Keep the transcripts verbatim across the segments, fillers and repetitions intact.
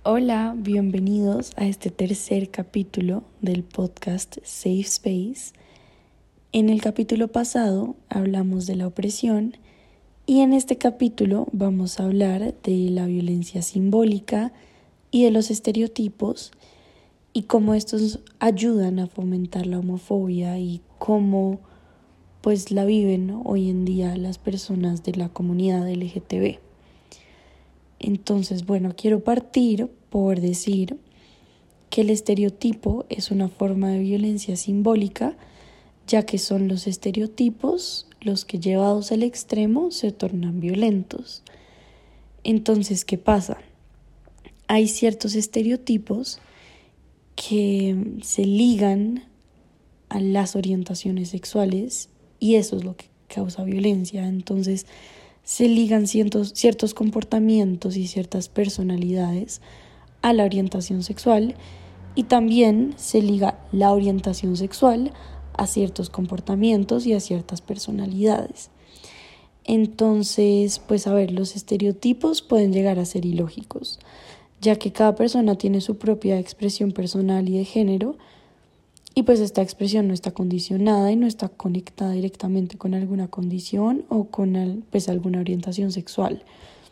Hola, bienvenidos a este tercer capítulo del podcast Safe Space. En el capítulo pasado hablamos de la opresión y en este capítulo vamos a hablar de la violencia simbólica y de los estereotipos y cómo estos ayudan a fomentar la homofobia y cómo pues la viven, ¿no?, hoy en día las personas de la comunidad L G T B. Entonces, bueno, quiero partir por decir que el estereotipo es una forma de violencia simbólica, ya que son los estereotipos los que llevados al extremo se tornan violentos. Entonces, ¿qué pasa? Hay ciertos estereotipos que se ligan a las orientaciones sexuales y eso es lo que causa violencia. Entonces, se ligan ciertos, ciertos comportamientos y ciertas personalidades a la orientación sexual y también se liga la orientación sexual a ciertos comportamientos y a ciertas personalidades. Entonces, pues a ver, los estereotipos pueden llegar a ser ilógicos, ya que cada persona tiene su propia expresión personal y de género, y pues esta expresión no está condicionada y no está conectada directamente con alguna condición o con pues alguna orientación sexual.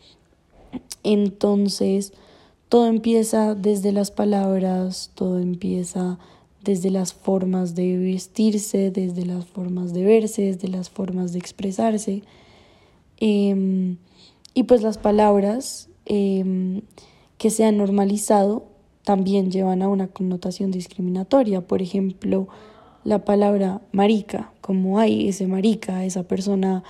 Entonces, todo empieza desde las palabras, todo empieza desde las formas de vestirse, desde las formas de verse, desde las formas de expresarse. Eh, y pues las palabras eh, que se han normalizado también llevan a una connotación discriminatoria. Por ejemplo, la palabra marica, como hay ese marica, esa persona,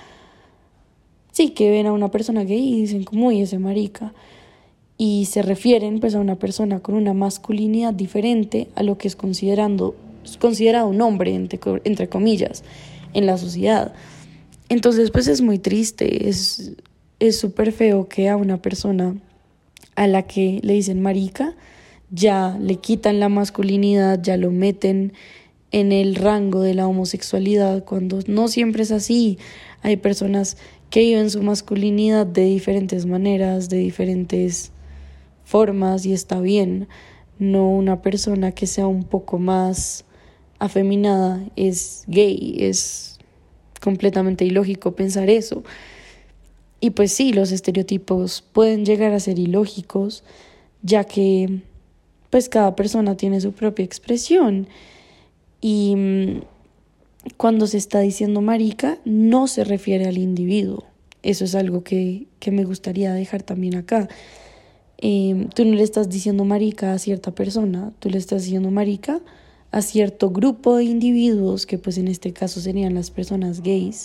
sí, que ven a una persona gay y dicen como uy, ese marica, y se refieren pues a una persona con una masculinidad diferente a lo que es considerando, considerado un hombre, entre, entre comillas, en la sociedad. Entonces pues es muy triste, es es súper feo que a una persona a la que le dicen marica ya le quitan la masculinidad, ya lo meten en el rango de la homosexualidad, cuando no siempre es así. Hay personas que viven su masculinidad de diferentes maneras, de diferentes formas y está bien. No una persona que sea un poco más afeminada es gay, es completamente ilógico pensar eso. Y pues sí, los estereotipos pueden llegar a ser ilógicos, ya que pues cada persona tiene su propia expresión y mmm, cuando se está diciendo marica no se refiere al individuo. Eso es algo que, que me gustaría dejar también acá. Eh, tú no le estás diciendo marica a cierta persona, tú le estás diciendo marica a cierto grupo de individuos que pues en este caso serían las personas gays.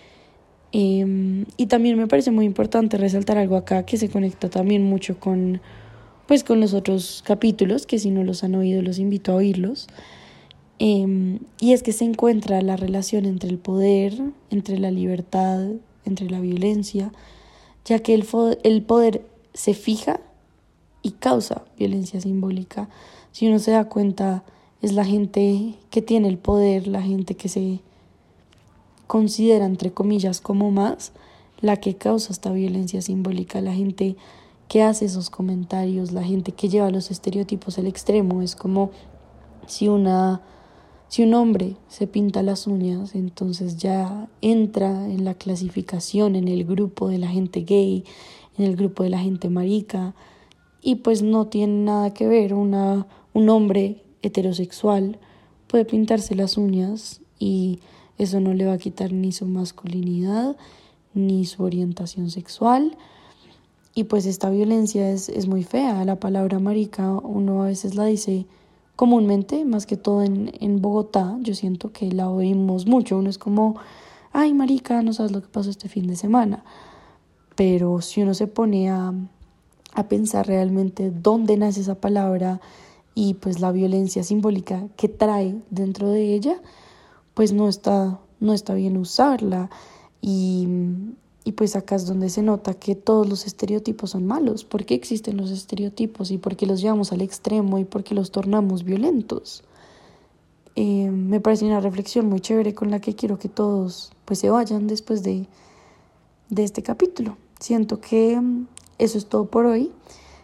Eh, y también me parece muy importante resaltar algo acá que se conecta también mucho con pues con los otros capítulos, que si no los han oído los invito a oírlos, eh, y es que se encuentra la relación entre el poder, entre la libertad, entre la violencia, ya que el, fo- el poder se fija y causa violencia simbólica. Si uno se da cuenta, es la gente que tiene el poder, la gente que se considera, entre comillas, como más, la que causa esta violencia simbólica, la gente que hace esos comentarios, la gente que lleva los estereotipos al extremo. Es como si una si un hombre se pinta las uñas, entonces ya entra en la clasificación, en el grupo de la gente gay, en el grupo de la gente marica, y pues no tiene nada que ver. Una, un hombre heterosexual puede pintarse las uñas y eso no le va a quitar ni su masculinidad ni su orientación sexual. Y pues esta violencia es, es muy fea. La palabra marica uno a veces la dice comúnmente, más que todo en, en Bogotá. Yo siento que la oímos mucho. Uno es como, ay marica, no sabes lo que pasó este fin de semana. Pero si uno se pone a, a pensar realmente dónde nace esa palabra y pues la violencia simbólica que trae dentro de ella, pues no está, no está bien usarla. Y, y pues acá es donde se nota que todos los estereotipos son malos. ¿Por qué existen los estereotipos y por qué los llevamos al extremo y por qué los tornamos violentos? Eh, me parece una reflexión muy chévere con la que quiero que todos pues se vayan después de, de este capítulo. Siento que eso es todo por hoy.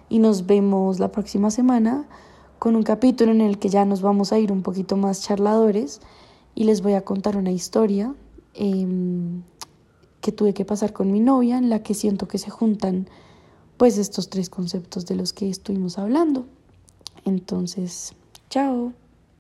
y nos vemos la próxima semana con un capítulo en el que ya nos vamos a ir un poquito más charladores y les voy a contar una historia eh, que tuve que pasar con mi novia, en la que siento que se juntan pues estos tres conceptos de los que estuvimos hablando. Entonces, chao.